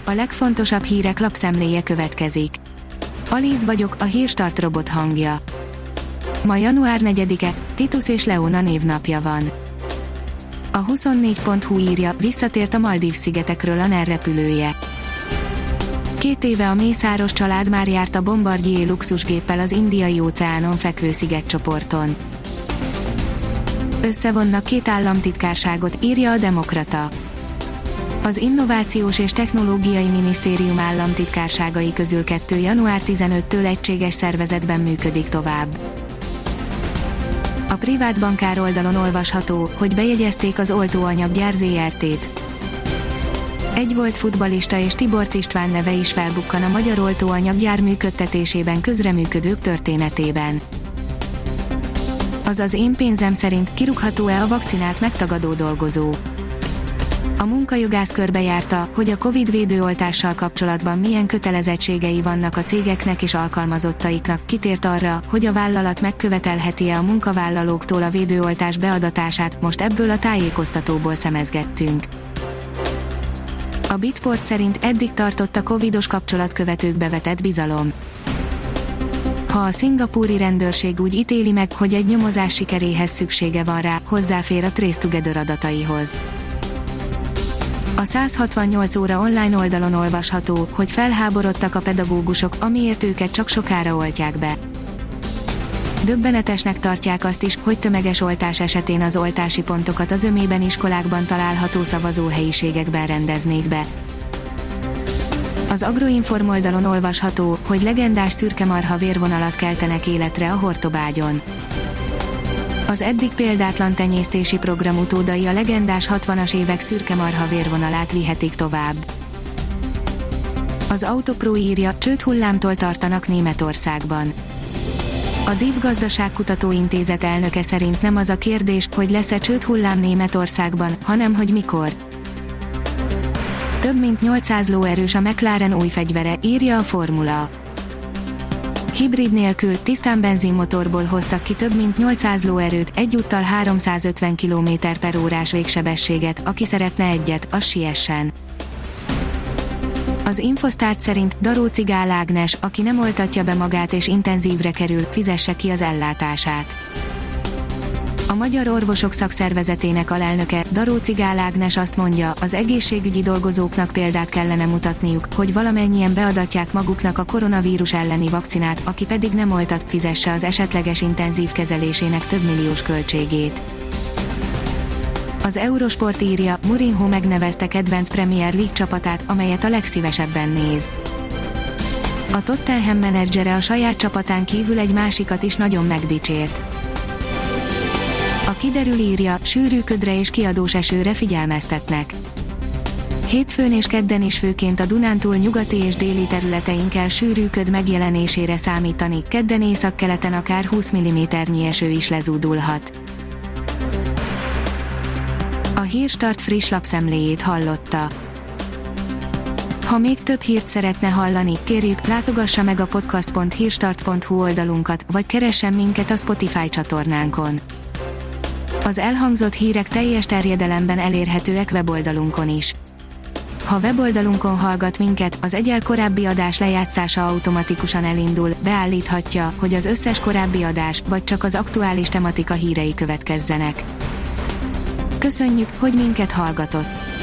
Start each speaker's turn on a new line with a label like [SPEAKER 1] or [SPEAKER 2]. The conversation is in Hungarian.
[SPEAKER 1] a legfontosabb hírek lapszemléje következik. Alíz vagyok, a Hírstart robot hangja. Ma január 4-e, Titus és Leona névnapja van. A 24.hu írja, visszatért a Maldív-szigetekről a NER repülője. 2 éve a Mészáros család már járt a Bombardier luxusgéppel az Indiai-óceánon fekvő szigetcsoporton. Összevonnak 2 államtitkárságot, írja a Demokrata. Az Innovációs és Technológiai Minisztérium államtitkárságai közül 2 január 15-től egységes szervezetben működik tovább. A privát bankár oldalon olvasható, hogy bejegyezték az oltóanyaggyár ZRT-t. Egy volt futballista és Tiborcs István neve is felbukkan a magyar oltóanyaggyár működtetésében közreműködők történetében. Az én pénzem szerint kirúgható-e a vakcinát megtagadó dolgozó? A munkajogász körbejárta, hogy a Covid védőoltással kapcsolatban milyen kötelezettségei vannak a cégeknek és alkalmazottaiknak, kitért arra, hogy a vállalat megkövetelheti-e a munkavállalóktól a védőoltás beadatását, most ebből a tájékoztatóból szemezgettünk. A Bitport szerint eddig tartott a covidos kapcsolatkövetőkbe vetett bizalom. Ha a szingapúri rendőrség úgy ítéli meg, hogy egy nyomozás sikeréhez szüksége van rá, hozzáfér a Trace Together adataihoz. A 168 óra online oldalon olvasható, hogy felháborodtak a pedagógusok, amiért őket csak sokára oltják be. Döbbenetesnek tartják azt is, hogy tömeges oltás esetén az oltási pontokat az ömében iskolákban található szavazóhelyiségekben rendeznék be. Az Agroinform oldalon olvasható, hogy legendás szürkemarha vérvonalat keltenek életre a Hortobágyon. Az eddig példátlan tenyésztési program utódai a legendás 60-as évek szürkemarha vérvonalát vihetik tovább. Az Autopro írja, csődhullámtól tartanak Németországban. A DIV Gazdaságkutató Intézet elnöke szerint nem az a kérdés, hogy lesz-e csődhullám Németországban, hanem hogy mikor. Több mint 800 lóerős a McLaren új fegyvere, írja a Formula. Hibrid nélkül, tisztán benzinmotorból hoztak ki több mint 800 lóerőt, egyúttal 350 km/h végsebességet, aki szeretne egyet, az siessen. Az Infosztárt szerint Daróczi Gál Ágnes, aki nem oltatja be magát és intenzívre kerül, fizesse ki az ellátását. A Magyar Orvosok Szakszervezetének alelnöke, Daróczi Gál Ágnes azt mondja, az egészségügyi dolgozóknak példát kellene mutatniuk, hogy valamennyien beadatják maguknak a koronavírus elleni vakcinát, aki pedig nem oltat, fizesse az esetleges intenzív kezelésének több milliós költségét. Az Eurosport írja, Mourinho megnevezte kedvenc Premier League csapatát, amelyet a legszívesebben néz. A Tottenham menedzsere a saját csapatán kívül egy másikat is nagyon megdicsért. A Kiderül írja, sűrű ködre és kiadós esőre figyelmeztetnek. Hétfőn és kedden is főként a Dunántúl nyugati és déli területeinken sűrű köd megjelenésére számítani, kedden északkeleten akár 20 mm-nyi eső is lezúdulhat. A Hírstart friss lapszemléjét hallotta. Ha még több hírt szeretne hallani, kérjük, látogassa meg a podcast.hírstart.hu oldalunkat, vagy keressen minket a Spotify csatornánkon. Az elhangzott hírek teljes terjedelemben elérhetőek weboldalunkon is. Ha weboldalunkon hallgat minket, az egyel korábbi adás lejátszása automatikusan elindul, beállíthatja, hogy az összes korábbi adás, vagy csak az aktuális tematika hírei következzenek. Köszönjük, hogy minket hallgatott!